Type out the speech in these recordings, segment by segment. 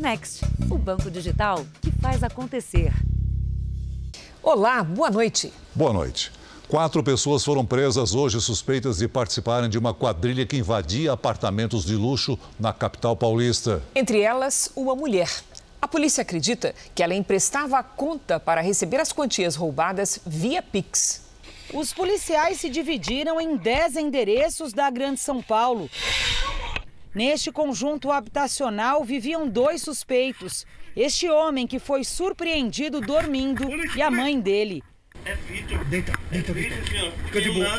Next, o banco digital que faz acontecer. Olá, boa noite. Boa noite. 4 pessoas foram presas hoje suspeitas de participarem de uma quadrilha que invadia apartamentos de luxo na capital paulista. Entre elas, uma mulher. A polícia acredita que ela emprestava a conta para receber as quantias roubadas via Pix. Os policiais se dividiram em 10 endereços da Grande São Paulo. Neste conjunto habitacional viviam 2 suspeitos. Este homem que foi surpreendido dormindo e a mãe dele. Deita. Fica de boa.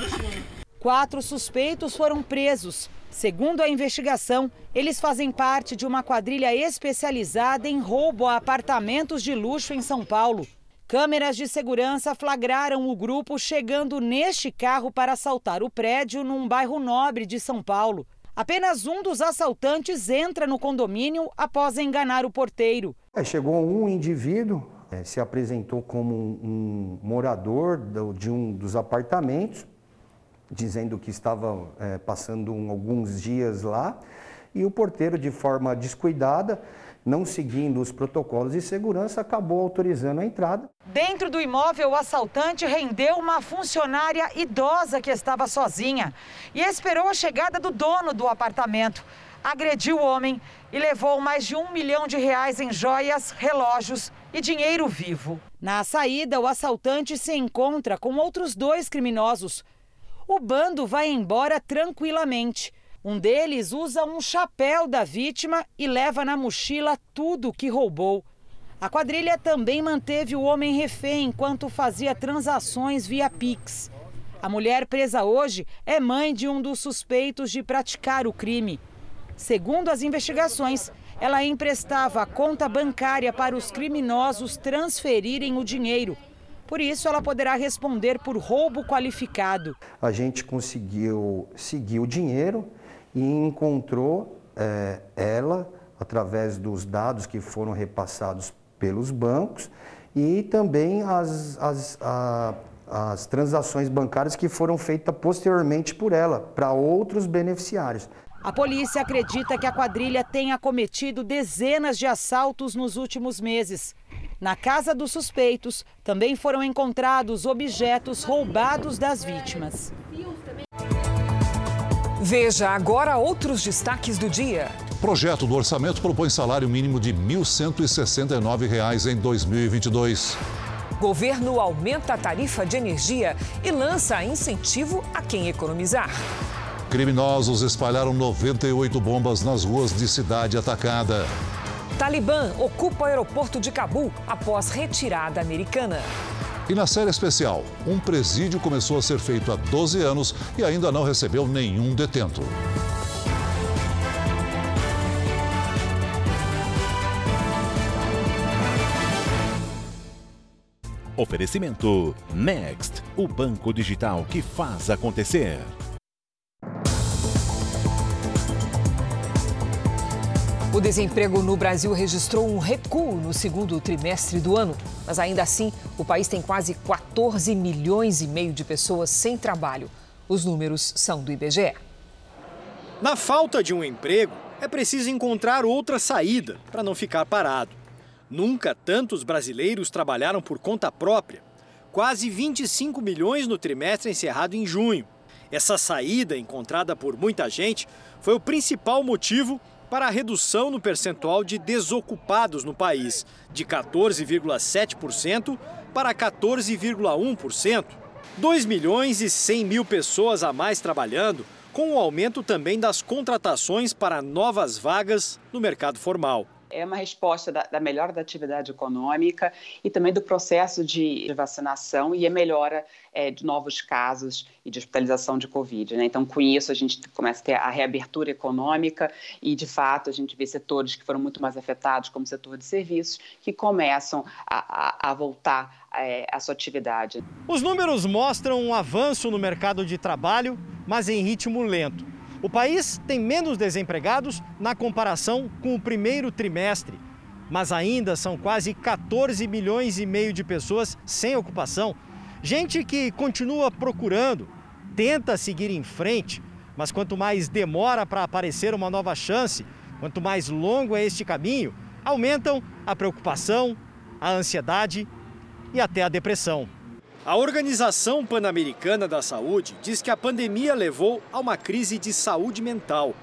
4 suspeitos foram presos. Segundo a investigação, eles fazem parte de uma quadrilha especializada em roubo a apartamentos de luxo em São Paulo. Câmeras de segurança flagraram o grupo chegando neste carro para assaltar o prédio num bairro nobre de São Paulo. Apenas um dos assaltantes entra no condomínio após enganar o porteiro. Chegou um indivíduo, se apresentou como um morador de um dos apartamentos, dizendo que estava passando alguns dias lá, e o porteiro, de forma descuidada, não seguindo os protocolos de segurança, acabou autorizando a entrada. Dentro do imóvel, o assaltante rendeu uma funcionária idosa que estava sozinha e esperou a chegada do dono do apartamento. Agrediu o homem e levou mais de R$1 milhão em joias, relógios e dinheiro vivo. Na saída, o assaltante se encontra com outros 2 criminosos. O bando vai embora tranquilamente. Um deles usa um chapéu da vítima e leva na mochila tudo o que roubou. A quadrilha também manteve o homem refém enquanto fazia transações via Pix. A mulher presa hoje é mãe de um dos suspeitos de praticar o crime. Segundo as investigações, ela emprestava a conta bancária para os criminosos transferirem o dinheiro. Por isso, ela poderá responder por roubo qualificado. A gente conseguiu seguir o dinheiro e encontrou ela através dos dados que foram repassados pelos bancos e também as transações bancárias que foram feitas posteriormente por ela para outros beneficiários. A polícia acredita que a quadrilha tenha cometido dezenas de assaltos nos últimos meses. Na casa dos suspeitos, também foram encontrados objetos roubados das vítimas. Veja agora outros destaques do dia. Projeto do orçamento propõe salário mínimo de R$ 1.169 em 2022. Governo aumenta a tarifa de energia e lança incentivo a quem economizar. Criminosos espalharam 98 bombas nas ruas de cidade atacada. Talibã ocupa o aeroporto de Cabul após retirada americana. E na série especial, um presídio começou a ser feito há 12 anos e ainda não recebeu nenhum detento. Oferecimento Next, o banco digital que faz acontecer. O desemprego no Brasil registrou um recuo no segundo trimestre do ano, mas ainda assim o país tem quase 14 milhões e meio de pessoas sem trabalho. Os números são do IBGE. Na falta de um emprego, é preciso encontrar outra saída para não ficar parado. Nunca tantos brasileiros trabalharam por conta própria. Quase 25 milhões no trimestre encerrado em junho. Essa saída, encontrada por muita gente, foi o principal motivo para a redução no percentual de desocupados no país, de 14,7% para 14,1%. 2 milhões e 100 mil pessoas a mais trabalhando, com o aumento também das contratações para novas vagas no mercado formal. É uma resposta da melhora da atividade econômica e também do processo de vacinação e a melhora de novos casos e de hospitalização de Covid, né? Então, com isso, a gente começa a ter a reabertura econômica e, de fato, a gente vê setores que foram muito mais afetados, como o setor de serviços, que começam a voltar à sua atividade. Os números mostram um avanço no mercado de trabalho, mas em ritmo lento. O país tem menos desempregados na comparação com o primeiro trimestre, mas ainda são quase 14 milhões e meio de pessoas sem ocupação. Gente que continua procurando, tenta seguir em frente, mas quanto mais demora para aparecer uma nova chance, quanto mais longo é este caminho, aumentam a preocupação, a ansiedade e até a depressão. A Organização Pan-Americana da Saúde diz que a pandemia levou a uma crise de saúde mental.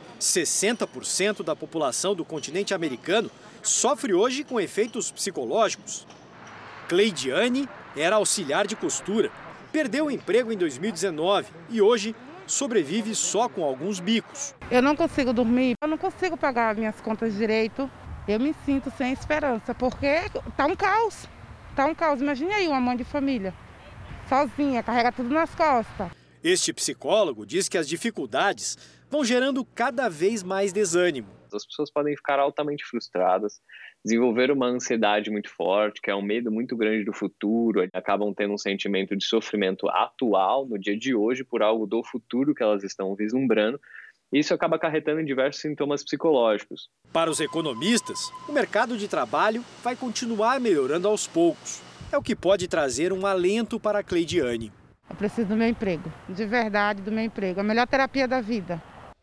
60% da população do continente americano sofre hoje com efeitos psicológicos. Cleidiane era auxiliar de costura, perdeu o emprego em 2019 e hoje sobrevive só com alguns bicos. Eu não consigo dormir, eu não consigo pagar minhas contas direito. Eu me sinto sem esperança, porque tá um caos. Tá um caos. Imagine aí uma mãe de família, sozinha, carrega tudo nas costas. Este psicólogo diz que as dificuldades vão gerando cada vez mais desânimo. As pessoas podem ficar altamente frustradas, desenvolver uma ansiedade muito forte, que é um medo muito grande do futuro, acabam tendo um sentimento de sofrimento atual, no dia de hoje, por algo do futuro que elas estão vislumbrando. Isso acaba acarretando em diversos sintomas psicológicos. Para os economistas, o mercado de trabalho vai continuar melhorando aos poucos. É o que pode trazer um alento para a Cleidiane. Eu preciso do meu emprego, de verdade do meu emprego, a melhor terapia da vida.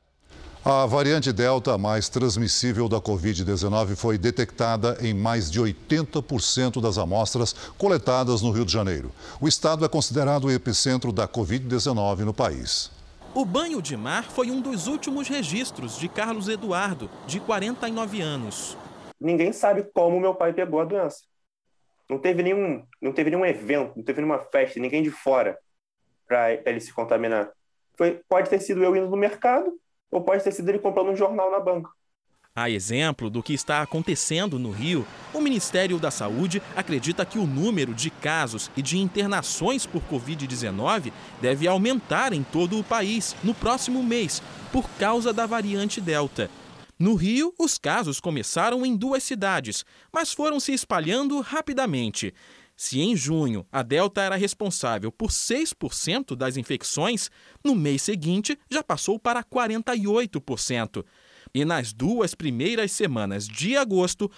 A variante Delta, mais transmissível da Covid-19, foi detectada em mais de 80% das amostras coletadas no Rio de Janeiro. O estado é considerado o epicentro da Covid-19 no país. O banho de mar foi um dos últimos registros de Carlos Eduardo, de 49 anos. Ninguém sabe como meu pai pegou a doença. Não teve nenhum evento, não teve nenhuma festa, ninguém de fora para ele se contaminar. Pode ter sido eu indo no mercado ou pode ter sido ele comprando um jornal na banca. A exemplo do que está acontecendo no Rio, o Ministério da Saúde acredita que o número de casos e de internações por Covid-19 deve aumentar em todo o país no próximo mês, por causa da variante Delta. No Rio, os casos começaram em 2 cidades, mas foram se espalhando rapidamente. Se em junho a Delta era responsável por 6% das infecções, no mês seguinte já passou para 48%. E nas 2 primeiras semanas de agosto,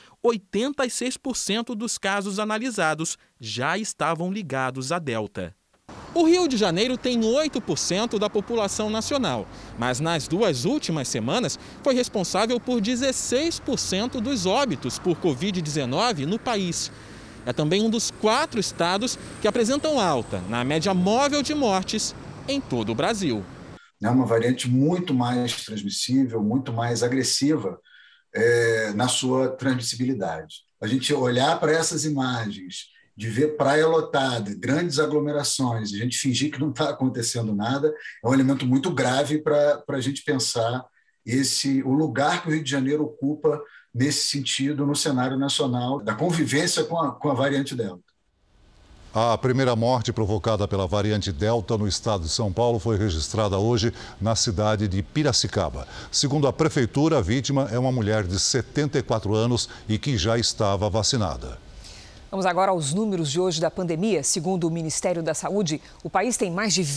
86% dos casos analisados já estavam ligados à Delta. O Rio de Janeiro tem 8% da população nacional, mas nas 2 últimas semanas foi responsável por 16% dos óbitos por Covid-19 no país. É também um dos 4 estados que apresentam alta na média móvel de mortes em todo o Brasil. É uma variante muito mais transmissível, muito mais agressiva na sua transmissibilidade. A gente olhar para essas imagens, de ver praia lotada, grandes aglomerações, a gente fingir que não está acontecendo nada, é um elemento muito grave para a gente pensar o lugar que o Rio de Janeiro ocupa nesse sentido no cenário nacional da convivência com a variante Delta. A primeira morte provocada pela variante Delta no estado de São Paulo foi registrada hoje na cidade de Piracicaba. Segundo a prefeitura, a vítima é uma mulher de 74 anos e que já estava vacinada. Vamos agora aos números de hoje da pandemia. Segundo o Ministério da Saúde, o país tem mais de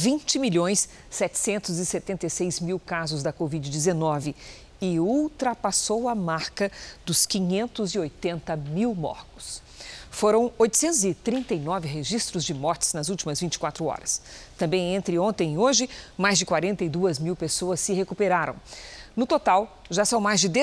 20.776.000 casos da Covid-19 e ultrapassou a marca dos 580 mil mortos. Foram 839 registros de mortes nas últimas 24 horas. Também entre ontem e hoje, mais de 42 mil pessoas se recuperaram. No total, já são mais de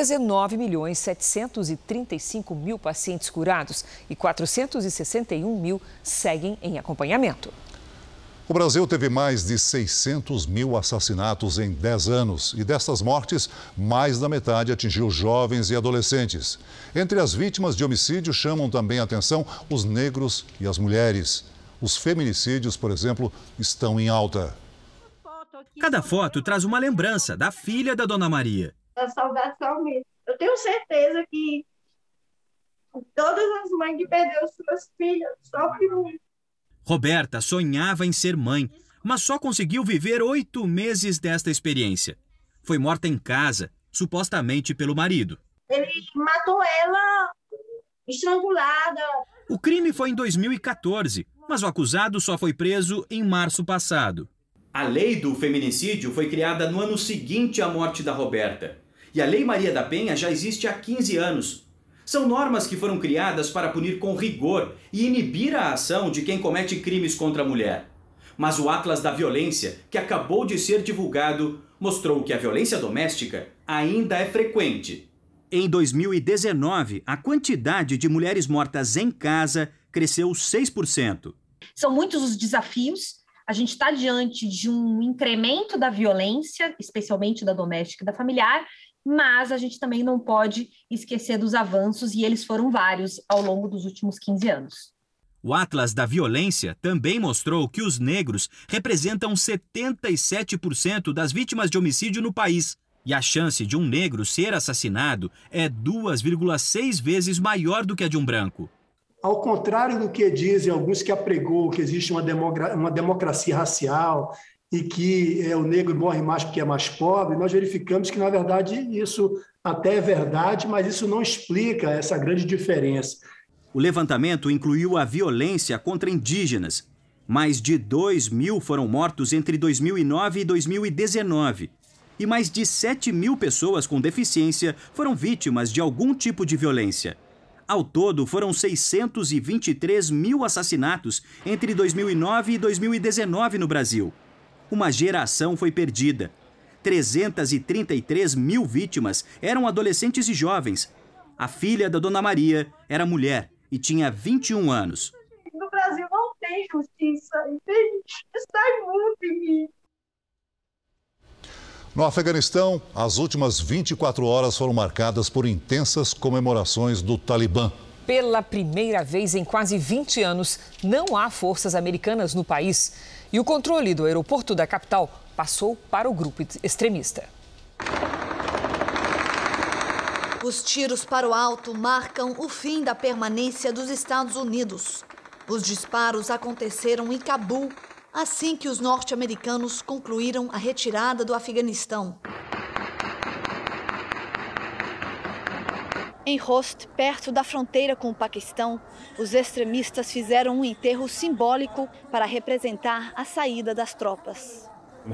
19.735.000 pacientes curados e 461 mil seguem em acompanhamento. O Brasil teve mais de 600 mil assassinatos em 10 anos e dessas mortes, mais da metade atingiu jovens e adolescentes. Entre as vítimas de homicídio chamam também a atenção os negros e as mulheres. Os feminicídios, por exemplo, estão em alta. Cada foto traz uma lembrança da filha da Dona Maria. A saudação mesmo. Eu tenho certeza que todas as mães que perderam suas filhas sofrem muito. Roberta sonhava em ser mãe, mas só conseguiu viver 8 meses desta experiência. Foi morta em casa, supostamente pelo marido. Ele matou ela estrangulada. O crime foi em 2014, mas o acusado só foi preso em março passado. A lei do feminicídio foi criada no ano seguinte à morte da Roberta. E a Lei Maria da Penha já existe há 15 anos. São normas que foram criadas para punir com rigor e inibir a ação de quem comete crimes contra a mulher. Mas o Atlas da Violência, que acabou de ser divulgado, mostrou que a violência doméstica ainda é frequente. Em 2019, a quantidade de mulheres mortas em casa cresceu 6%. São muitos os desafios. A gente está diante de um incremento da violência, especialmente da doméstica e da familiar, mas a gente também não pode esquecer dos avanços, e eles foram vários ao longo dos últimos 15 anos. O Atlas da Violência também mostrou que os negros representam 77% das vítimas de homicídio no país. E a chance de um negro ser assassinado é 2,6 vezes maior do que a de um branco. Ao contrário do que dizem alguns que apregou que existe uma democracia racial e que o negro morre mais porque é mais pobre, nós verificamos que, na verdade, isso até é verdade, mas isso não explica essa grande diferença. O levantamento incluiu a violência contra indígenas. Mais de 2.000 foram mortos entre 2009 e 2019. E mais de 7.000 pessoas com deficiência foram vítimas de algum tipo de violência. Ao todo, foram 623 mil assassinatos entre 2009 e 2019 no Brasil. Uma geração foi perdida. 333 mil vítimas eram adolescentes e jovens. A filha da Dona Maria era mulher e tinha 21 anos. No Brasil não tem justiça, entende? Isso dói muito em mim. No Afeganistão, as últimas 24 horas foram marcadas por intensas comemorações do Talibã. Pela primeira vez em quase 20 anos, não há forças americanas no país. E o controle do aeroporto da capital passou para o grupo extremista. Os tiros para o alto marcam o fim da permanência dos Estados Unidos. Os disparos aconteceram em Cabul, assim que os norte-americanos concluíram a retirada do Afeganistão. Em Khost, perto da fronteira com o Paquistão, os extremistas fizeram um enterro simbólico para representar a saída das tropas.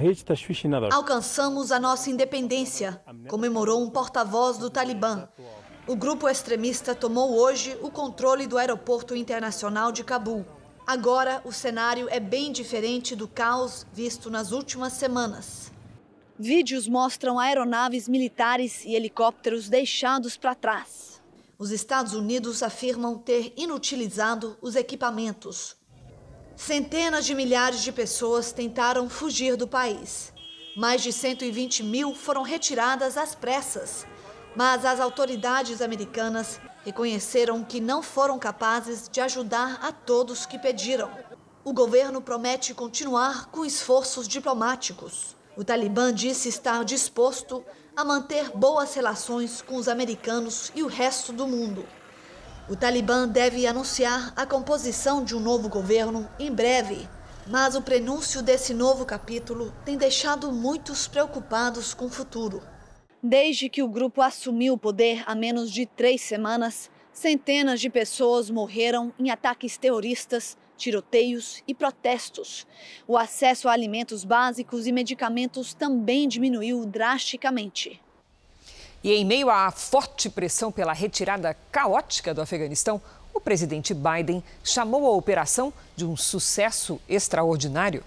Alcançamos a nossa independência, comemorou um porta-voz do Talibã. O grupo extremista tomou hoje o controle do aeroporto internacional de Cabul. Agora, o cenário é bem diferente do caos visto nas últimas semanas. Vídeos mostram aeronaves militares e helicópteros deixados para trás. Os Estados Unidos afirmam ter inutilizado os equipamentos. Centenas de milhares de pessoas tentaram fugir do país. Mais de 120 mil foram retiradas às pressas. Mas as autoridades americanas reconheceram que não foram capazes de ajudar a todos que pediram. O governo promete continuar com esforços diplomáticos. O Talibã disse estar disposto a manter boas relações com os americanos e o resto do mundo. O Talibã deve anunciar a composição de um novo governo em breve, mas o prenúncio desse novo capítulo tem deixado muitos preocupados com o futuro. Desde que o grupo assumiu o poder há menos de 3 semanas, centenas de pessoas morreram em ataques terroristas, tiroteios e protestos. O acesso a alimentos básicos e medicamentos também diminuiu drasticamente. E em meio à forte pressão pela retirada caótica do Afeganistão, o presidente Biden chamou a operação de um sucesso extraordinário.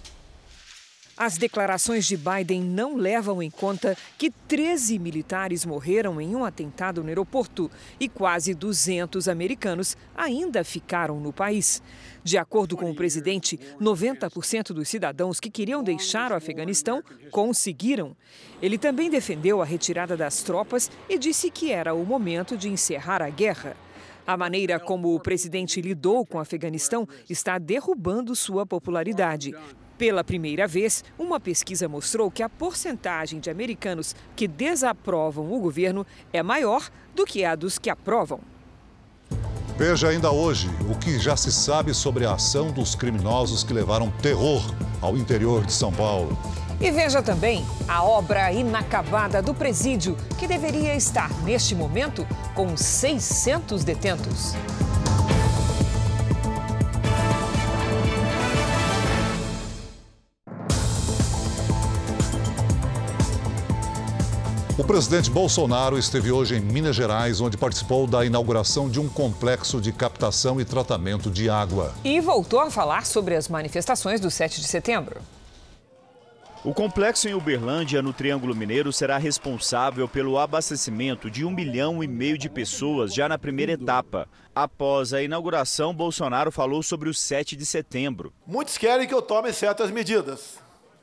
As declarações de Biden não levam em conta que 13 militares morreram em um atentado no aeroporto e quase 200 americanos ainda ficaram no país. De acordo com o presidente, 90% dos cidadãos que queriam deixar o Afeganistão conseguiram. Ele também defendeu a retirada das tropas e disse que era o momento de encerrar a guerra. A maneira como o presidente lidou com o Afeganistão está derrubando sua popularidade. Pela primeira vez, uma pesquisa mostrou que a porcentagem de americanos que desaprovam o governo é maior do que a dos que aprovam. Veja ainda hoje o que já se sabe sobre a ação dos criminosos que levaram terror ao interior de São Paulo. E veja também a obra inacabada do presídio, que deveria estar, neste momento, com 600 detentos. O presidente Bolsonaro esteve hoje em Minas Gerais, onde participou da inauguração de um complexo de captação e tratamento de água. E voltou a falar sobre as manifestações do 7 de setembro. O complexo em Uberlândia, no Triângulo Mineiro, será responsável pelo abastecimento de 1,5 milhão de pessoas já na primeira etapa. Após a inauguração, Bolsonaro falou sobre o 7 de setembro. Muitos querem que eu tome certas medidas.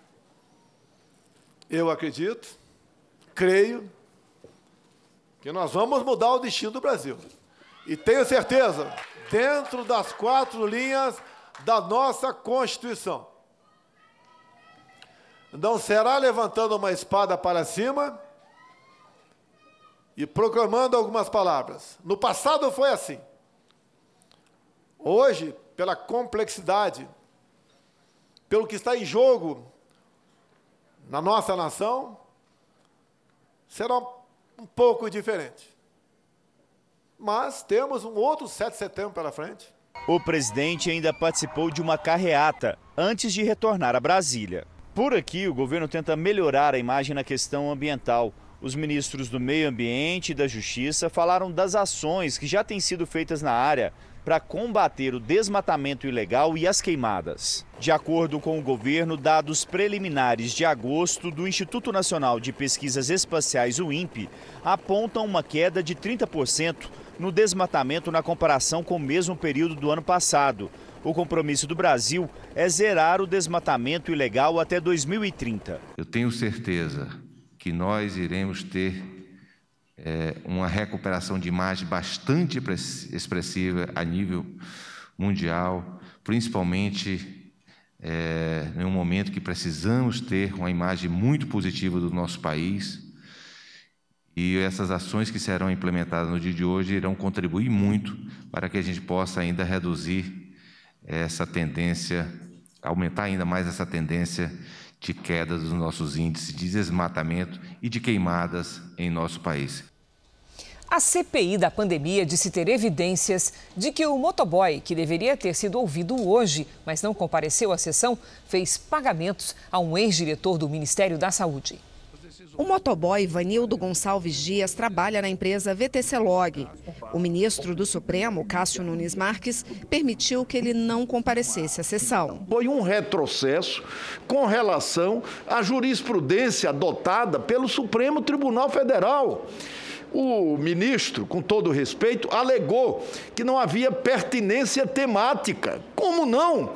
Eu acredito, creio, que nós vamos mudar o destino do Brasil. E tenho certeza, dentro das 4 linhas da nossa Constituição. Não será levantando uma espada para cima e proclamando algumas palavras. No passado foi assim. Hoje, pela complexidade, pelo que está em jogo na nossa nação, será um pouco diferente. Mas temos um outro 7 de setembro pela frente. O presidente ainda participou de uma carreata antes de retornar a Brasília. Por aqui, o governo tenta melhorar a imagem na questão ambiental. Os ministros do Meio Ambiente e da Justiça falaram das ações que já têm sido feitas na área para combater o desmatamento ilegal e as queimadas. De acordo com o governo, dados preliminares de agosto do Instituto Nacional de Pesquisas Espaciais, o INPE, apontam uma queda de 30% no desmatamento na comparação com o mesmo período do ano passado. O compromisso do Brasil é zerar o desmatamento ilegal até 2030. Eu tenho certeza que nós iremos ter uma recuperação de imagem bastante expressiva a nível mundial, principalmente em um momento que precisamos ter uma imagem muito positiva do nosso país. E essas ações que serão implementadas no dia de hoje irão contribuir muito para que a gente possa ainda reduzir essa tendência, aumentar ainda mais essa tendência de queda dos nossos índices de desmatamento e de queimadas em nosso país. A CPI da pandemia disse ter evidências de que o motoboy, que deveria ter sido ouvido hoje, mas não compareceu à sessão, fez pagamentos a um ex-diretor do Ministério da Saúde. O motoboy Ivanildo Gonçalves Dias trabalha na empresa VTC Log. O ministro do Supremo, Cássio Nunes Marques, permitiu que ele não comparecesse à sessão. Foi um retrocesso com relação à jurisprudência adotada pelo Supremo Tribunal Federal. O ministro, com todo respeito, alegou que não havia pertinência temática. Como não?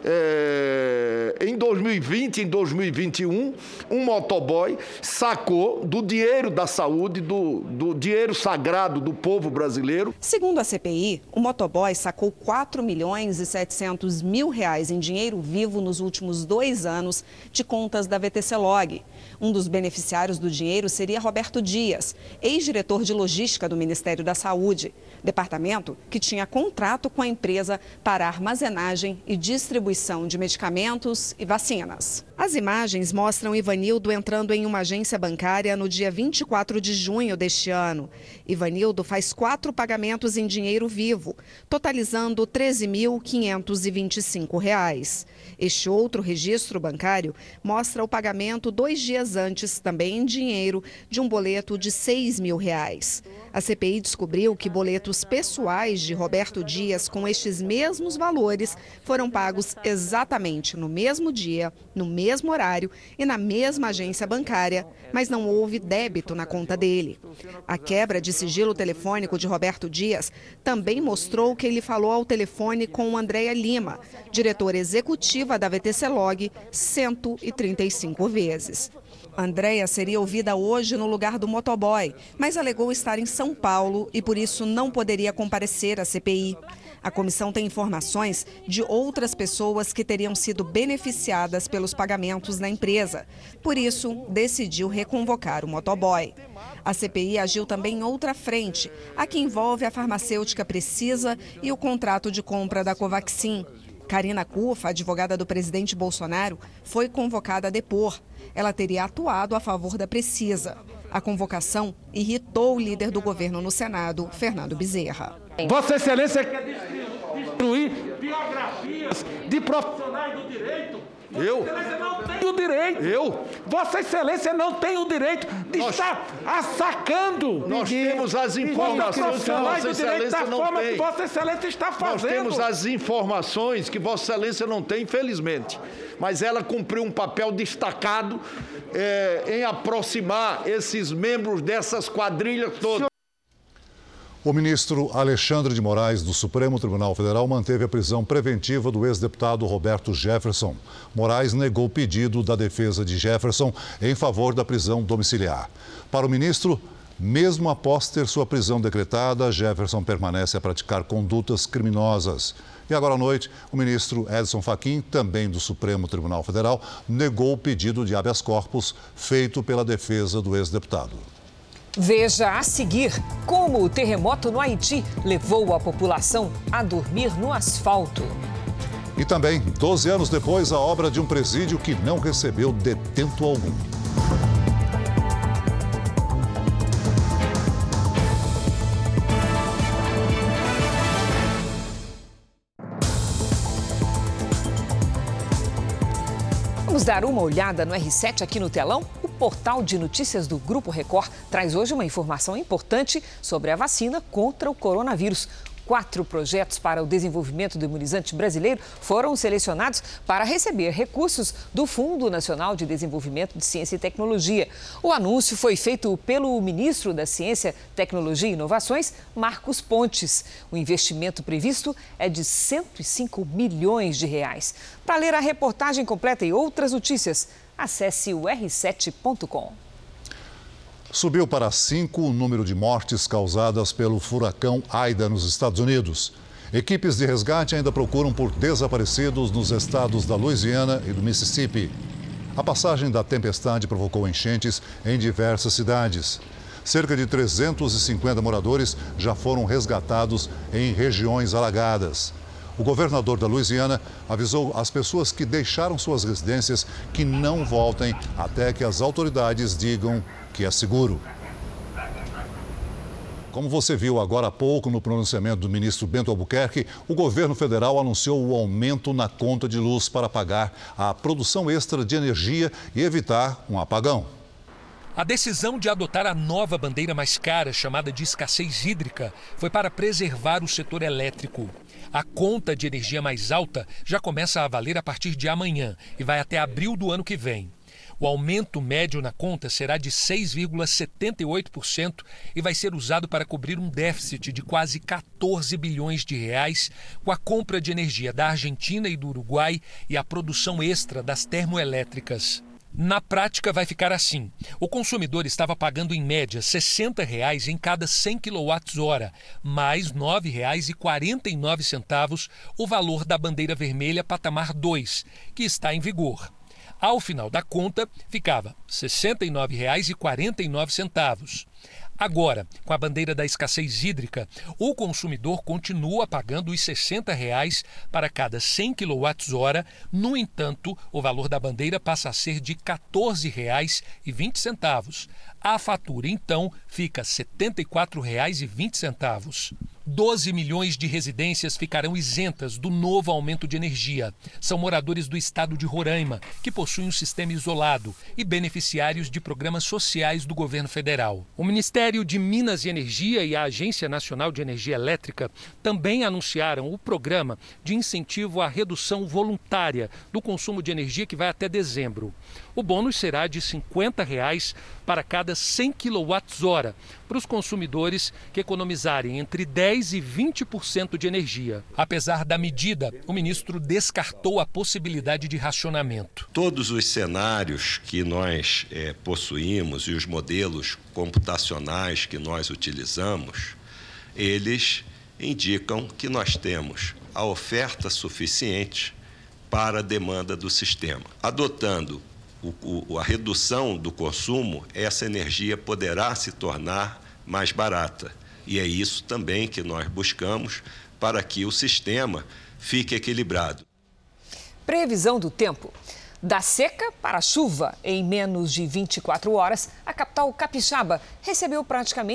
Em 2020, em 2021, um motoboy sacou do dinheiro da saúde, do dinheiro sagrado do povo brasileiro. Segundo a CPI, o motoboy sacou R$4.700.000 em dinheiro vivo nos últimos 2 anos de contas da VTC Log. Um dos beneficiários do dinheiro seria Roberto Dias, ex-diretor de logística do Ministério da Saúde, departamento que tinha contrato com a empresa para armazenagem e distribuição de medicamentos e vacinas. As imagens mostram Ivanildo entrando em uma agência bancária no dia 24 de junho deste ano. Ivanildo faz 4 pagamentos em dinheiro vivo, totalizando R$ 13.525. Este outro registro bancário mostra o pagamento 2 dias antes, também em dinheiro, de um boleto de R$ 6.000. A CPI descobriu que boletos pessoais de Roberto Dias com estes mesmos valores foram pagos exatamente no mesmo dia, no mesmo horário e na mesma agência bancária, mas não houve débito na conta dele. A quebra de sigilo telefônico de Roberto Dias também mostrou que ele falou ao telefone com Andréia Lima, diretora executiva da VTC Log, 135 vezes. Andréia seria ouvida hoje no lugar do motoboy, mas alegou estar em São Paulo e por isso não poderia comparecer à CPI. A comissão tem informações de outras pessoas que teriam sido beneficiadas pelos pagamentos na empresa. Por isso, decidiu reconvocar o motoboy. A CPI agiu também em outra frente, a que envolve a farmacêutica Precisa e o contrato de compra da Covaxin. Karina Cufa, advogada do presidente Bolsonaro, foi convocada a depor. Ela teria atuado a favor da Precisa. A convocação irritou o líder do governo no Senado, Fernando Bezerra. Vossa Excelência quer destruir biografias de profissionais do direito Eu? O direito. Eu? Vossa Excelência não tem o direito de estar assacando. Nós temos as informações que Vossa Excelência não tem. Que Vossa Excelência está fazendo. Nós temos as informações que Vossa Excelência não tem, infelizmente. Mas ela cumpriu um papel destacado em aproximar esses membros dessas quadrilhas todas. O ministro Alexandre de Moraes, do Supremo Tribunal Federal, manteve a prisão preventiva do ex-deputado Roberto Jefferson. Moraes negou o pedido da defesa de Jefferson em favor da prisão domiciliar. Para o ministro, mesmo após ter sua prisão decretada, Jefferson permanece a praticar condutas criminosas. E agora à noite, o ministro Edson Fachin, também do Supremo Tribunal Federal, negou o pedido de habeas corpus feito pela defesa do ex-deputado. Veja a seguir como o terremoto no Haiti levou a população a dormir no asfalto. E também, 12 anos depois, a obra de um presídio que não recebeu detento algum. Vamos dar uma olhada no R7 aqui no telão? O portal de notícias do Grupo Record traz hoje uma informação importante sobre a vacina contra o coronavírus. 4 projetos para o desenvolvimento do imunizante brasileiro foram selecionados para receber recursos do Fundo Nacional de Desenvolvimento de Ciência e Tecnologia. O anúncio foi feito pelo ministro da Ciência, Tecnologia e Inovações, Marcos Pontes. O investimento previsto é de 105 milhões de reais. Para ler a reportagem completa e outras notícias, acesse o r7.com. Subiu para 5 o número de mortes causadas pelo furacão Aida nos Estados Unidos. Equipes de resgate ainda procuram por desaparecidos nos estados da Louisiana e do Mississippi. A passagem da tempestade provocou enchentes em diversas cidades. Cerca de 350 moradores já foram resgatados em regiões alagadas. O governador da Louisiana avisou as pessoas que deixaram suas residências que não voltem até que as autoridades digam que é seguro. Como você viu agora há pouco no pronunciamento do ministro Bento Albuquerque, o governo federal anunciou o aumento na conta de luz para pagar a produção extra de energia e evitar um apagão. A decisão de adotar a nova bandeira mais cara, chamada de escassez hídrica, foi para preservar o setor elétrico. A conta de energia mais alta já começa a valer a partir de amanhã e vai até abril do ano que vem. O aumento médio na conta será de 6,78% e vai ser usado para cobrir um déficit de quase 14 bilhões de reais com a compra de energia da Argentina e do Uruguai e a produção extra das termoelétricas. Na prática vai ficar assim. O consumidor estava pagando em média R$ 60 em cada 100 kWh, mais R$ 9,49 o valor da bandeira vermelha patamar 2, que está em vigor. Ao final da conta, ficava R$ 69,49. Agora, com a bandeira da escassez hídrica, o consumidor continua pagando os R$ 60 para cada 100 kWh. No entanto, o valor da bandeira passa a ser de R$ 14,20. A fatura, então, fica R$ 74,20. 12 milhões de residências ficarão isentas do novo aumento de energia. São moradores do estado de Roraima, que possuem um sistema isolado, e beneficiários de programas sociais do governo federal. O Ministério de Minas e Energia e a Agência Nacional de Energia Elétrica também anunciaram o programa de incentivo à redução voluntária do consumo de energia que vai até dezembro. O bônus será de R$ 50 para cada 100 kWh para os consumidores que economizarem entre 10% e 20% de energia. Apesar da medida, o ministro descartou a possibilidade de racionamento. Todos os cenários que nós possuímos e os modelos computacionais que nós utilizamos, eles indicam que nós temos a oferta suficiente para a demanda do sistema. Adotando a redução do consumo, essa energia poderá se tornar mais barata. E é isso também que nós buscamos para que o sistema fique equilibrado. Previsão do tempo. Da seca para a chuva, em menos de 24 horas, a capital capixaba recebeu praticamente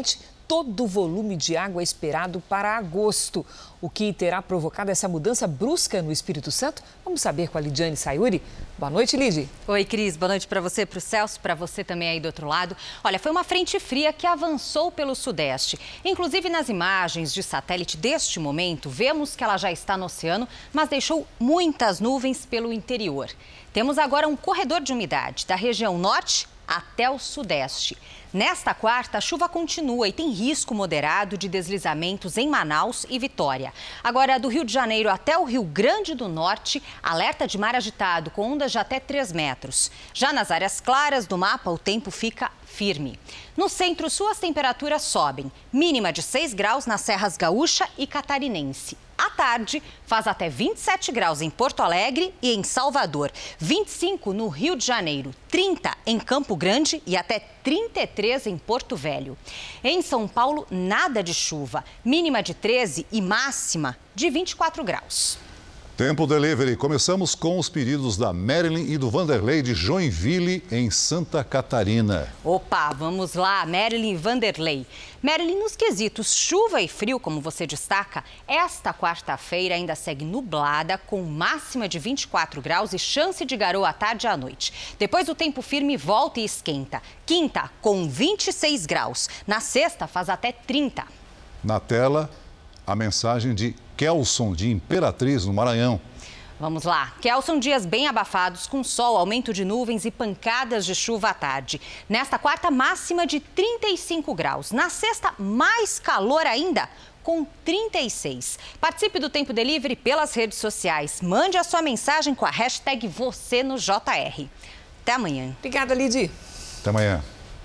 todo o volume de água esperado para agosto. O que terá provocado essa mudança brusca no Espírito Santo? Vamos saber com a Lidiane Sayuri. Boa noite, Lidi. Oi, Cris. Boa noite para você, para o Celso, para você também aí do outro lado. Olha, foi uma frente fria que avançou pelo Sudeste. Inclusive, nas imagens de satélite deste momento, vemos que ela já está no oceano, mas deixou muitas nuvens pelo interior. Temos agora um corredor de umidade da região norte até o sudeste. Nesta quarta, a chuva continua e tem risco moderado de deslizamentos em Manaus e Vitória. Agora, do Rio de Janeiro até o Rio Grande do Norte, alerta de mar agitado com ondas de até 3 metros. Já nas áreas claras do mapa, o tempo fica firme. No centro-sul, as temperaturas sobem. Mínima de 6 graus nas serras gaúcha e catarinense. À tarde, faz até 27 graus em Porto Alegre e em Salvador, 25 no Rio de Janeiro, 30 em Campo Grande e até 33 em Porto Velho. Em São Paulo, nada de chuva, mínima de 13 e máxima de 24 graus. Tempo Delivery. Começamos com os pedidos da Marilyn e do Vanderlei de Joinville, em Santa Catarina. Opa, vamos lá, Marilyn e Vanderlei. Marilyn, nos quesitos chuva e frio, como você destaca, esta quarta-feira ainda segue nublada, com máxima de 24 graus e chance de garoa à tarde e à noite. Depois o tempo firme volta e esquenta. Quinta, com 26 graus. Na sexta, faz até 30. Na tela, a mensagem de Kelson, de Imperatriz, no Maranhão. Vamos lá. Kelson, dias bem abafados, com sol, aumento de nuvens e pancadas de chuva à tarde. Nesta quarta, máxima de 35 graus. Na sexta, mais calor ainda, com 36. Participe do Tempo Delivery pelas redes sociais. Mande a sua mensagem com a hashtag #VocêNoJR. Até amanhã. Obrigada, Lidy. Até amanhã.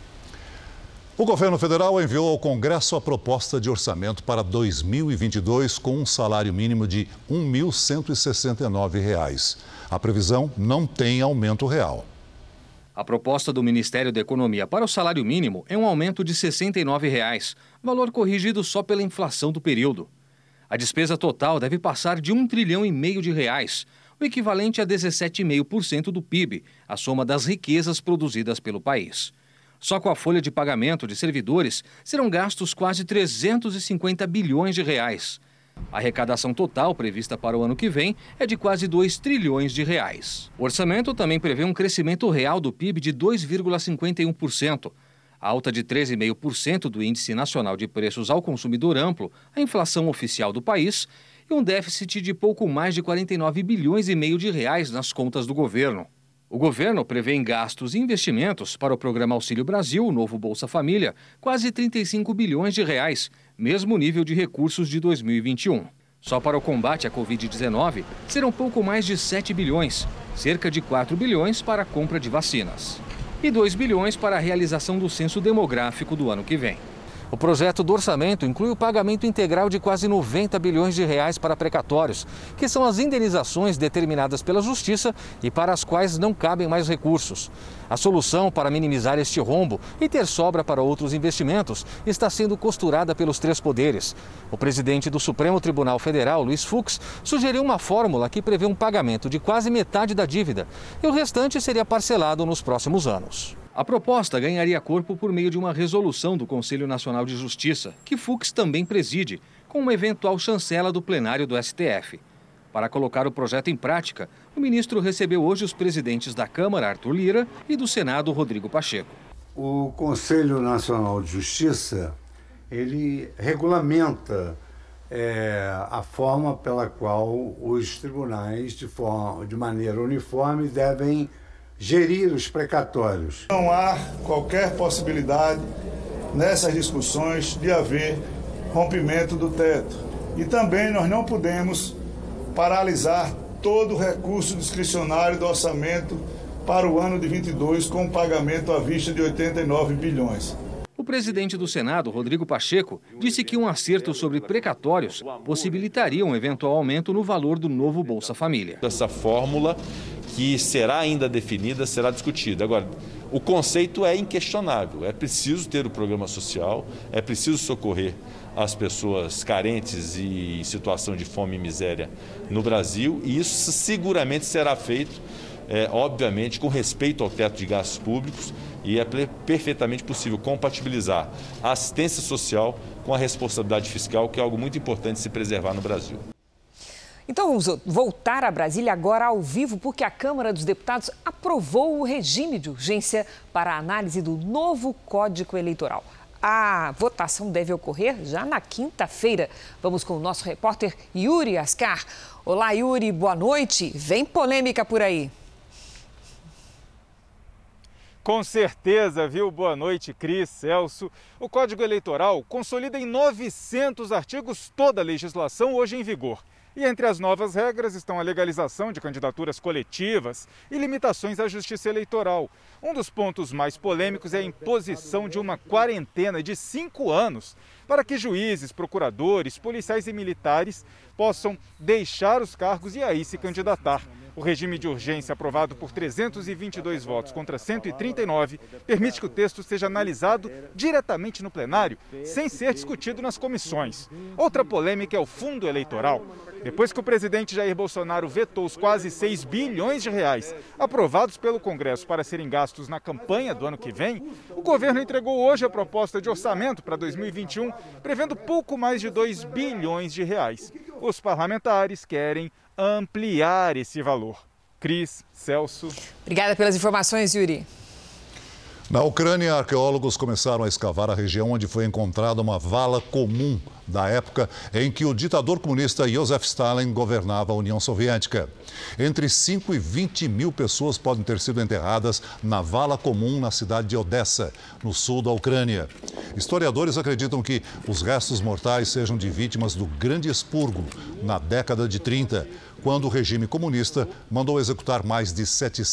O governo federal enviou ao Congresso a proposta de orçamento para 2022 com um salário mínimo de R$ 1.169. A previsão não tem aumento real. A proposta do Ministério da Economia para o salário mínimo é um aumento de R$ 69, valor corrigido só pela inflação do período. A despesa total deve passar de R$ 1,5 trilhão de reais, o equivalente a 17,5% do PIB, a soma das riquezas produzidas pelo país. Só com a folha de pagamento de servidores serão gastos quase 350 bilhões de reais. A arrecadação total prevista para o ano que vem é de quase 2 trilhões de reais. O orçamento também prevê um crescimento real do PIB de 2,51%, alta de 13,5% do Índice Nacional de Preços ao Consumidor Amplo, a inflação oficial do país, e um déficit de pouco mais de 49 bilhões e meio de reais nas contas do governo. O governo prevê em gastos e investimentos para o programa Auxílio Brasil, o novo Bolsa Família, quase 35 bilhões de reais, mesmo nível de recursos de 2021. Só para o combate à Covid-19, serão pouco mais de 7 bilhões, cerca de 4 bilhões para a compra de vacinas e 2 bilhões para a realização do censo demográfico do ano que vem. O projeto do orçamento inclui o pagamento integral de quase 90 bilhões de reais para precatórios, que são as indenizações determinadas pela Justiça e para as quais não cabem mais recursos. A solução para minimizar este rombo e ter sobra para outros investimentos está sendo costurada pelos 3 poderes. O presidente do Supremo Tribunal Federal, Luiz Fux, sugeriu uma fórmula que prevê um pagamento de quase metade da dívida e o restante seria parcelado nos próximos anos. A proposta ganharia corpo por meio de uma resolução do Conselho Nacional de Justiça, que Fux também preside, com uma eventual chancela do plenário do STF. Para colocar o projeto em prática, o ministro recebeu hoje os presidentes da Câmara, Arthur Lira, e do Senado, Rodrigo Pacheco. O Conselho Nacional de Justiça, ele regulamenta a forma pela qual os tribunais, de maneira uniforme, devem gerir os precatórios. Não há qualquer possibilidade nessas discussões de haver rompimento do teto. E também nós não podemos paralisar todo o recurso discricionário do orçamento para o ano de 22 com pagamento à vista de 89 bilhões. O presidente do Senado, Rodrigo Pacheco, disse que um acerto sobre precatórios possibilitaria um eventual aumento no valor do novo Bolsa Família. Essa fórmula que será ainda definida, será discutida. Agora, o conceito é inquestionável. É preciso ter o programa social, é preciso socorrer as pessoas carentes e em situação de fome e miséria no Brasil, e isso seguramente será feito obviamente com respeito ao teto de gastos públicos, e é perfeitamente possível compatibilizar a assistência social com a responsabilidade fiscal, que é algo muito importante se preservar no Brasil. Então vamos voltar a Brasília agora ao vivo, porque a Câmara dos Deputados aprovou o regime de urgência para a análise do novo Código Eleitoral. A votação deve ocorrer já na quinta-feira. Vamos com o nosso repórter Yuri Ascar. Olá, Yuri, boa noite. Vem polêmica por aí. Com certeza, viu? Boa noite, Cris, Celso. O Código Eleitoral consolida em 900 artigos toda a legislação hoje em vigor. E entre as novas regras estão a legalização de candidaturas coletivas e limitações à justiça eleitoral. Um dos pontos mais polêmicos é a imposição de uma quarentena de 5 anos para que juízes, procuradores, policiais e militares possam deixar os cargos e aí se candidatar. O regime de urgência, aprovado por 322 votos contra 139, permite que o texto seja analisado diretamente no plenário, sem ser discutido nas comissões. Outra polêmica é o fundo eleitoral. Depois que o presidente Jair Bolsonaro vetou os quase 6 bilhões de reais aprovados pelo Congresso para serem gastos na campanha do ano que vem, o governo entregou hoje a proposta de orçamento para 2021, prevendo pouco mais de 2 bilhões de reais. Os parlamentares querem ampliar esse valor. Cris, Celso. Obrigada pelas informações, Yuri. Na Ucrânia, arqueólogos começaram a escavar a região onde foi encontrada uma vala comum da época em que o ditador comunista Joseph Stalin governava a União Soviética. Entre 5 e 20 mil pessoas podem ter sido enterradas na vala comum na cidade de Odessa, no sul da Ucrânia. Historiadores acreditam que os restos mortais sejam de vítimas do Grande Expurgo, na década de 30, quando o regime comunista mandou executar mais de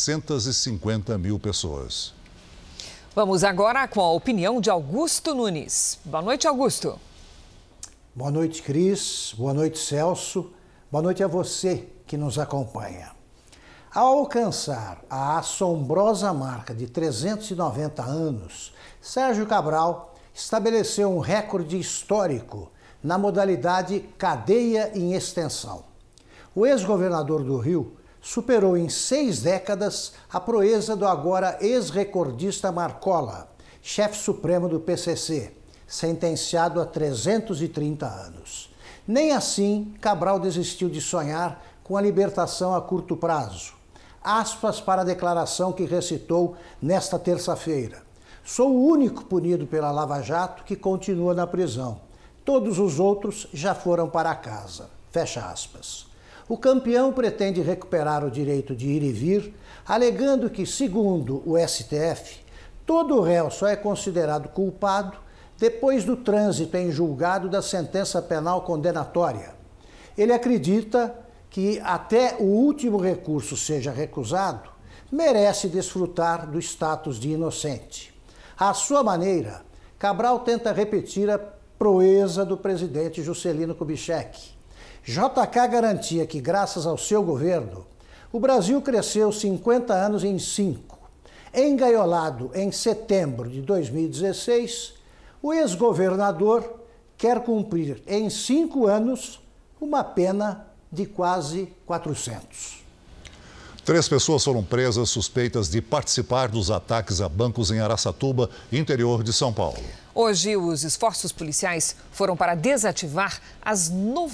750 mil pessoas. Vamos agora com a opinião de Augusto Nunes. Boa noite, Augusto. Boa noite, Cris. Boa noite, Celso. Boa noite a você que nos acompanha. Ao alcançar a assombrosa marca de 390 anos, Sérgio Cabral estabeleceu um recorde histórico na modalidade cadeia em extensão. O ex-governador do Rio superou em 6 décadas a proeza do agora ex-recordista Marcola, chefe supremo do PCC, sentenciado a 330 anos. Nem assim Cabral desistiu de sonhar com a libertação a curto prazo. Aspas para a declaração que recitou nesta terça-feira. Sou o único punido pela Lava Jato que continua na prisão. Todos os outros já foram para casa. Fecha aspas. O campeão pretende recuperar o direito de ir e vir, alegando que, segundo o STF, todo réu só é considerado culpado depois do trânsito em julgado da sentença penal condenatória. Ele acredita que, até o último recurso seja recusado, merece desfrutar do status de inocente. À sua maneira, Cabral tenta repetir a proeza do presidente Juscelino Kubitschek. JK garantia que, graças ao seu governo, o Brasil cresceu 50 anos em 5. Engaiolado em setembro de 2016, o ex-governador quer cumprir em 5 anos uma pena de quase 400. 3 pessoas foram presas suspeitas de participar dos ataques a bancos em Araçatuba, interior de São Paulo. Hoje, os esforços policiais foram para desativar as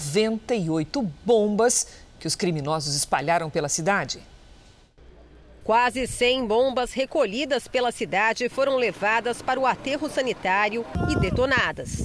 98 bombas que os criminosos espalharam pela cidade. Quase 100 bombas recolhidas pela cidade foram levadas para o aterro sanitário e detonadas.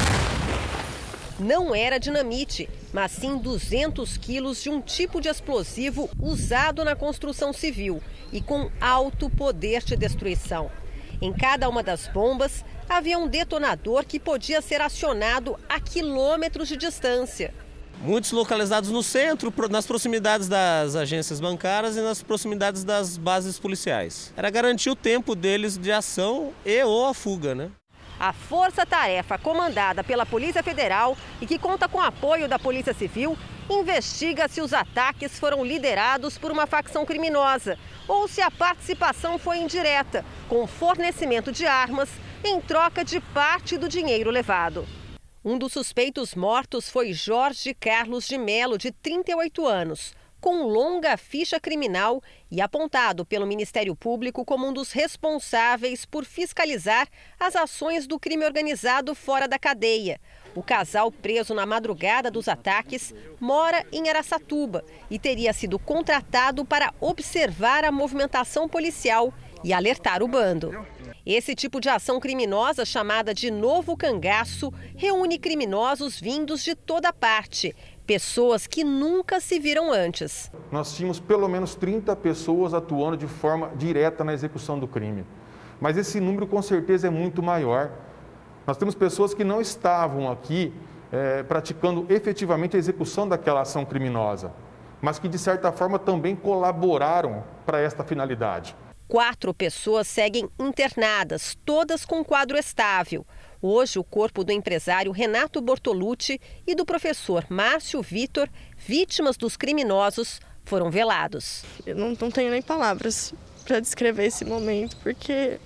Não era dinamite, mas sim 200 quilos de um tipo de explosivo usado na construção civil e com alto poder de destruição. Em cada uma das bombas havia um detonador que podia ser acionado a quilômetros de distância. Muitos localizados no centro, nas proximidades das agências bancárias e nas proximidades das bases policiais. Era garantir o tempo deles de ação e ou a fuga, né? A força-tarefa comandada pela Polícia Federal e que conta com o apoio da Polícia Civil investiga se os ataques foram liderados por uma facção criminosa ou se a participação foi indireta, com fornecimento de armas em troca de parte do dinheiro levado. Um dos suspeitos mortos foi Jorge Carlos de Melo, de 38 anos. com longa ficha criminal e apontado pelo Ministério Público como um dos responsáveis por fiscalizar as ações do crime organizado fora da cadeia. O casal preso na madrugada dos ataques mora em Araçatuba e teria sido contratado para observar a movimentação policial e alertar o bando. Esse tipo de ação criminosa, chamada de novo cangaço, reúne criminosos vindos de toda parte, pessoas que nunca se viram antes. Nós tínhamos pelo menos 30 pessoas atuando de forma direta na execução do crime, mas esse número com certeza é muito maior. Nós temos pessoas que não estavam aqui praticando efetivamente a execução daquela ação criminosa, mas que de certa forma também colaboraram para esta finalidade. 4 pessoas seguem internadas, todas com quadro estável. Hoje, o corpo do empresário Renato Bortolucci e do professor Márcio Vitor, vítimas dos criminosos, foram velados. Eu não tenho nem palavras para descrever esse momento, porque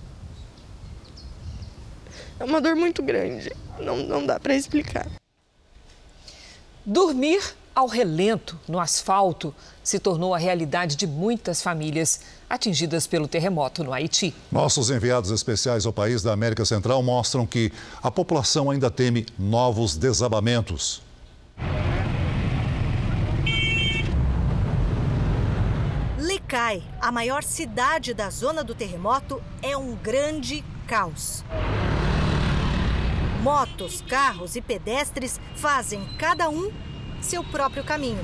é uma dor muito grande, não dá para explicar. Dormir ao relento, no asfalto, se tornou a realidade de muitas famílias atingidas pelo terremoto no Haiti. Nossos enviados especiais ao país da América Central mostram que a população ainda teme novos desabamentos. Lecay, a maior cidade da zona do terremoto, é um grande caos. Motos, carros e pedestres fazem cada um seu próprio caminho.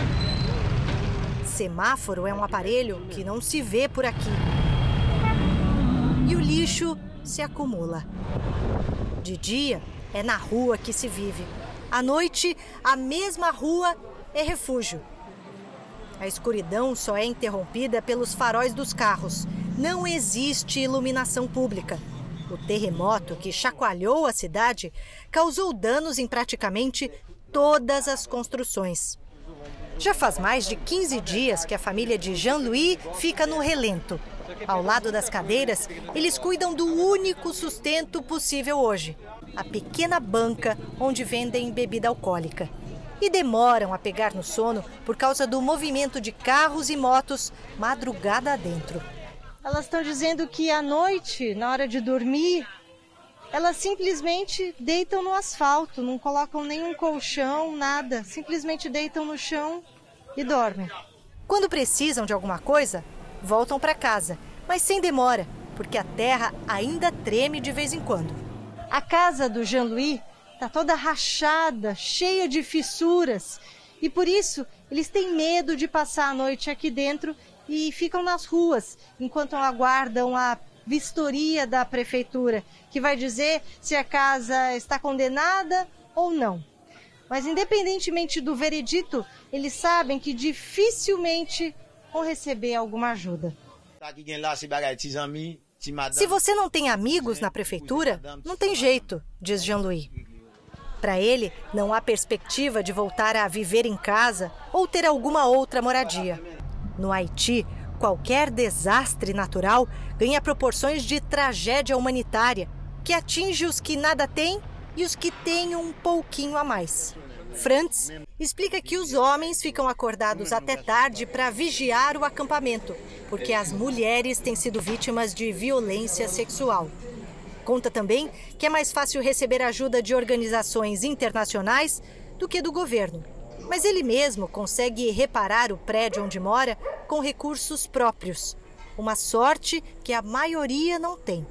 Semáforo é um aparelho que não se vê por aqui. E o lixo se acumula. De dia, é na rua que se vive. À noite, a mesma rua é refúgio. A escuridão só é interrompida pelos faróis dos carros. Não existe iluminação pública. O terremoto que chacoalhou a cidade causou danos em praticamente todas as construções. Já faz mais de 15 dias que a família de Jean-Louis fica no relento. Ao lado das cadeiras, eles cuidam do único sustento possível hoje, a pequena banca onde vendem bebida alcoólica. E demoram a pegar no sono por causa do movimento de carros e motos madrugada adentro. Elas estão dizendo que à noite, na hora de dormir, elas simplesmente deitam no asfalto, não colocam nenhum colchão, nada. Simplesmente deitam no chão e dormem. Quando precisam de alguma coisa, voltam para casa, mas sem demora, porque a terra ainda treme de vez em quando. A casa do Jean-Louis está toda rachada, cheia de fissuras. E por isso, eles têm medo de passar a noite aqui dentro e ficam nas ruas, enquanto aguardam a vistoria da prefeitura, que vai dizer se a casa está condenada ou não. Mas independentemente do veredito, eles sabem que dificilmente vão receber alguma ajuda. Se você não tem amigos na prefeitura, não tem jeito, diz Jean-Louis. Para ele, não há perspectiva de voltar a viver em casa ou ter alguma outra moradia. No Haiti, qualquer desastre natural ganha proporções de tragédia humanitária, que atinge os que nada têm e os que têm um pouquinho a mais. Frantz explica que os homens ficam acordados até tarde para vigiar o acampamento, porque as mulheres têm sido vítimas de violência sexual. Conta também que é mais fácil receber ajuda de organizações internacionais do que do governo. Mas ele mesmo consegue reparar o prédio onde mora com recursos próprios. Uma sorte que a maioria não tem.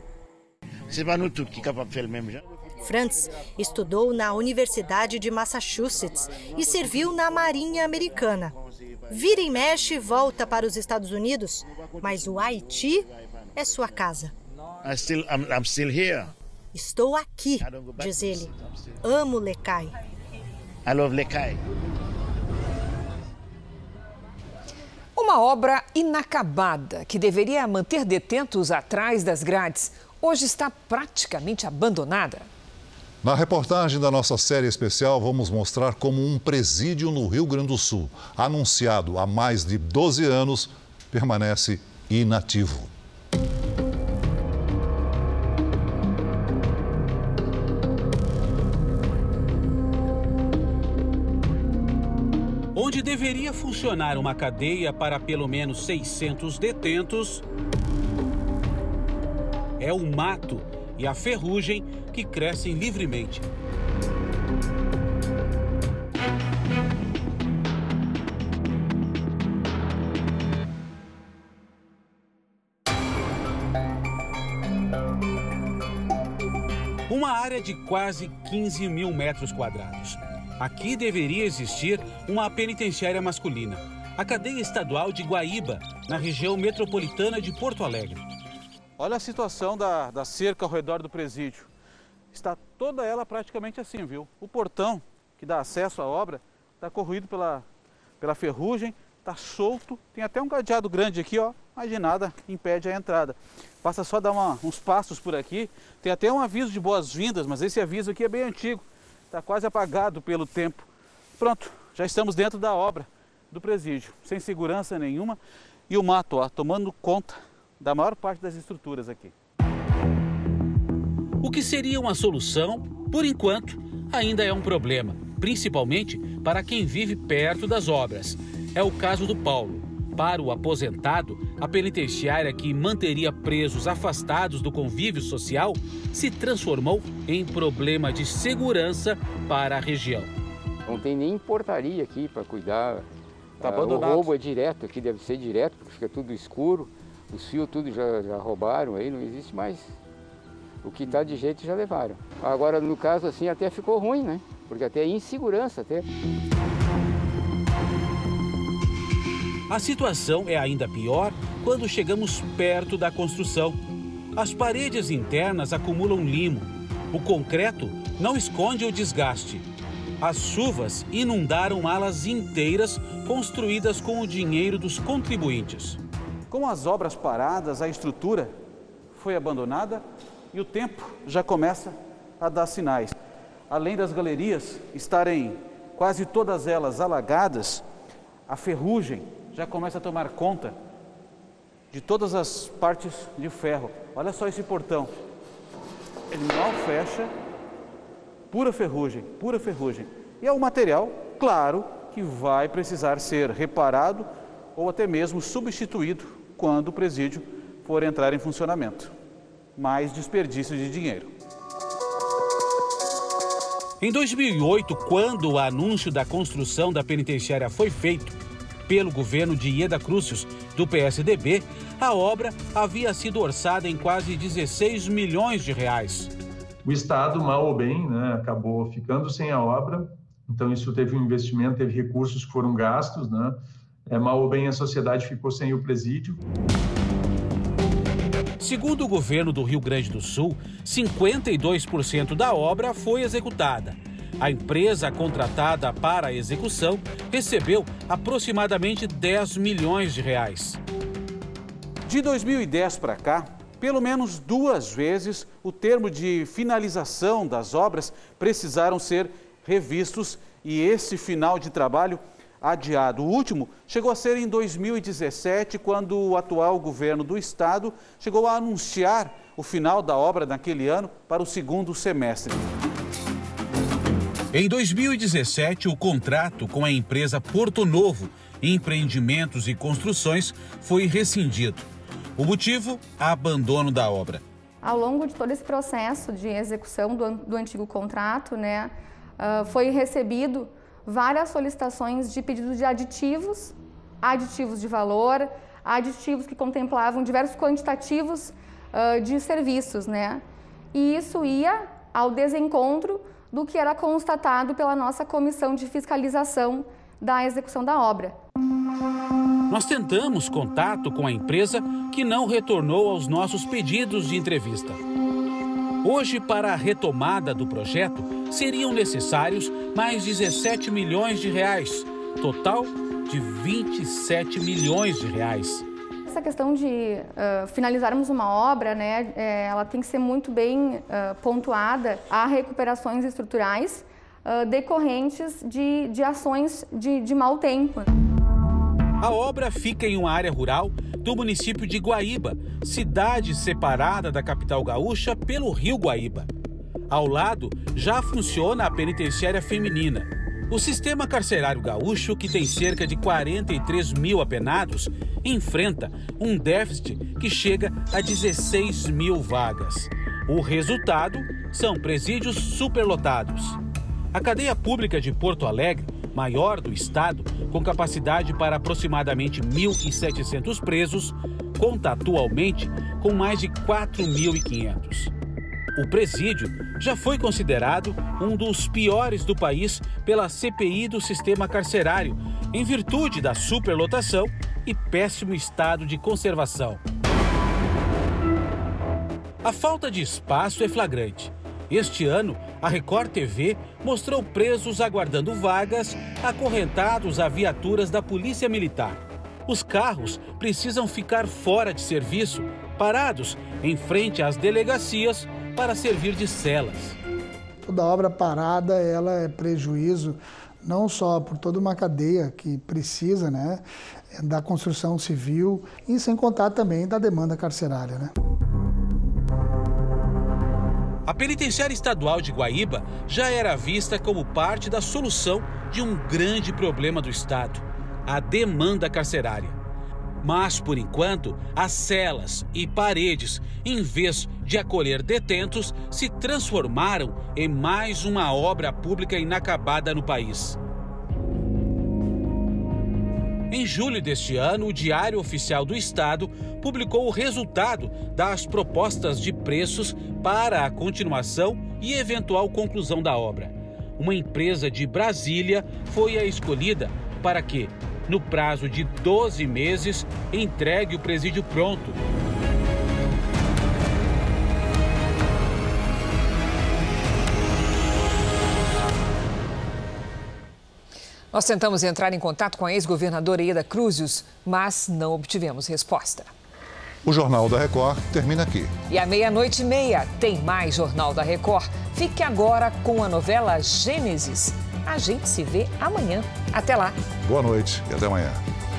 Frantz estudou na Universidade de Massachusetts e serviu na Marinha Americana. Vira e mexe, volta para os Estados Unidos, mas o Haiti é sua casa. I'm still here. Estou aqui, diz ele. Amo Lecay. I love Lecay. Uma obra inacabada que deveria manter detentos atrás das grades, hoje está praticamente abandonada. Na reportagem da nossa série especial, vamos mostrar como um presídio no Rio Grande do Sul, anunciado há mais de 12 anos, permanece inativo. Onde deveria funcionar uma cadeia para pelo menos 600 detentos, é o mato e a ferrugem que crescem livremente. Uma área de quase 15 mil metros quadrados. Aqui deveria existir uma penitenciária masculina, a cadeia estadual de Guaíba, na região metropolitana de Porto Alegre. Olha a situação da cerca ao redor do presídio. Está toda ela praticamente assim, viu? O portão que dá acesso à obra está corroído pela ferrugem, está solto, tem até um cadeado grande aqui, ó, mas de nada impede a entrada. Basta só dar uns passos por aqui, tem até um aviso de boas-vindas, mas esse aviso aqui é bem antigo, está quase apagado pelo tempo. Pronto, já estamos dentro da obra do presídio, sem segurança nenhuma e o mato, ó, tomando conta da maior parte das estruturas aqui. O que seria uma solução, por enquanto, ainda é um problema, principalmente para quem vive perto das obras. É o caso do Paulo. Para o aposentado, a penitenciária que manteria presos afastados do convívio social se transformou em problema de segurança para a região. Não tem nem portaria aqui para cuidar. Tá abandonado. O roubo é direto, aqui deve ser direto, porque fica tudo escuro. Os fios tudo já roubaram, aí não existe mais. O que está de jeito já levaram. Agora, no caso assim, até ficou ruim, né? Porque até insegurança até. A situação é ainda pior quando chegamos perto da construção. As paredes internas acumulam limo. O concreto não esconde o desgaste. As chuvas inundaram alas inteiras construídas com o dinheiro dos contribuintes. Com as obras paradas, a estrutura foi abandonada e o tempo já começa a dar sinais. Além das galerias estarem quase todas elas alagadas, a ferrugem já começa a tomar conta de todas as partes de ferro. Olha só esse portão. Ele mal fecha, pura ferrugem, pura ferrugem. E é um material, claro, que vai precisar ser reparado ou até mesmo substituído quando o presídio for entrar em funcionamento. Mais desperdício de dinheiro. Em 2008, quando o anúncio da construção da penitenciária foi feito pelo governo de Ieda Crucius, do PSDB, a obra havia sido orçada em quase 16 milhões de reais. O Estado, mal ou bem, né, acabou ficando sem a obra, então isso teve um investimento, teve recursos que foram gastos, né? Mal ou bem a sociedade ficou sem o presídio. Segundo o governo do Rio Grande do Sul, 52% da obra foi executada. A empresa contratada para a execução recebeu aproximadamente 10 milhões de reais. De 2010 para cá, pelo menos 2 vezes, o termo de finalização das obras precisaram ser revistos e esse final de trabalho adiado. O último chegou a ser em 2017, quando o atual governo do estado chegou a anunciar o final da obra naquele ano para o segundo semestre. Em 2017, o contrato com a empresa Porto Novo, Empreendimentos e Construções, foi rescindido. O motivo? Abandono da obra. Ao longo de todo esse processo de execução do antigo contrato, foi recebido várias solicitações de pedidos de aditivos de valor, aditivos que contemplavam diversos quantitativos de serviços, E isso ia ao desencontro do que era constatado pela nossa comissão de fiscalização da execução da obra. Nós tentamos contato com a empresa, que não retornou aos nossos pedidos de entrevista. Hoje, para a retomada do projeto, seriam necessários mais 17 milhões de reais, total de 27 milhões de reais. Essa questão de finalizarmos uma obra, ela tem que ser muito bem pontuada a recuperações estruturais decorrentes de ações de mau tempo. A obra fica em uma área rural do município de Guaíba, cidade separada da capital gaúcha pelo rio Guaíba. Ao lado já funciona a penitenciária feminina. O sistema carcerário gaúcho, que tem cerca de 43 mil apenados, enfrenta um déficit que chega a 16 mil vagas. O resultado são presídios superlotados. A cadeia pública de Porto Alegre, maior do estado, com capacidade para aproximadamente 1.700 presos, conta atualmente com mais de 4.500. O presídio já foi considerado um dos piores do país pela CPI do sistema carcerário, em virtude da superlotação e péssimo estado de conservação. A falta de espaço é flagrante. Este ano, a Record TV mostrou presos aguardando vagas, acorrentados a viaturas da Polícia Militar. Os carros precisam ficar fora de serviço, parados em frente às delegacias para servir de celas. Toda obra parada, ela é prejuízo não só por toda uma cadeia que precisa, da construção civil e sem contar também da demanda carcerária, A Penitenciária Estadual de Guaíba já era vista como parte da solução de um grande problema do estado, a demanda carcerária. Mas, por enquanto, as celas e paredes, em vez de acolher detentos, se transformaram em mais uma obra pública inacabada no país. Em julho deste ano, o Diário Oficial do Estado publicou o resultado das propostas de preços para a continuação e eventual conclusão da obra. Uma empresa de Brasília foi a escolhida para que, no prazo de 12 meses, entregue o presídio pronto. Nós tentamos entrar em contato com a ex-governadora Ieda Cruzius, mas não obtivemos resposta. O Jornal da Record termina aqui. E à 00:30 tem mais Jornal da Record. Fique agora com a novela Gênesis. A gente se vê amanhã. Até lá. Boa noite e até amanhã.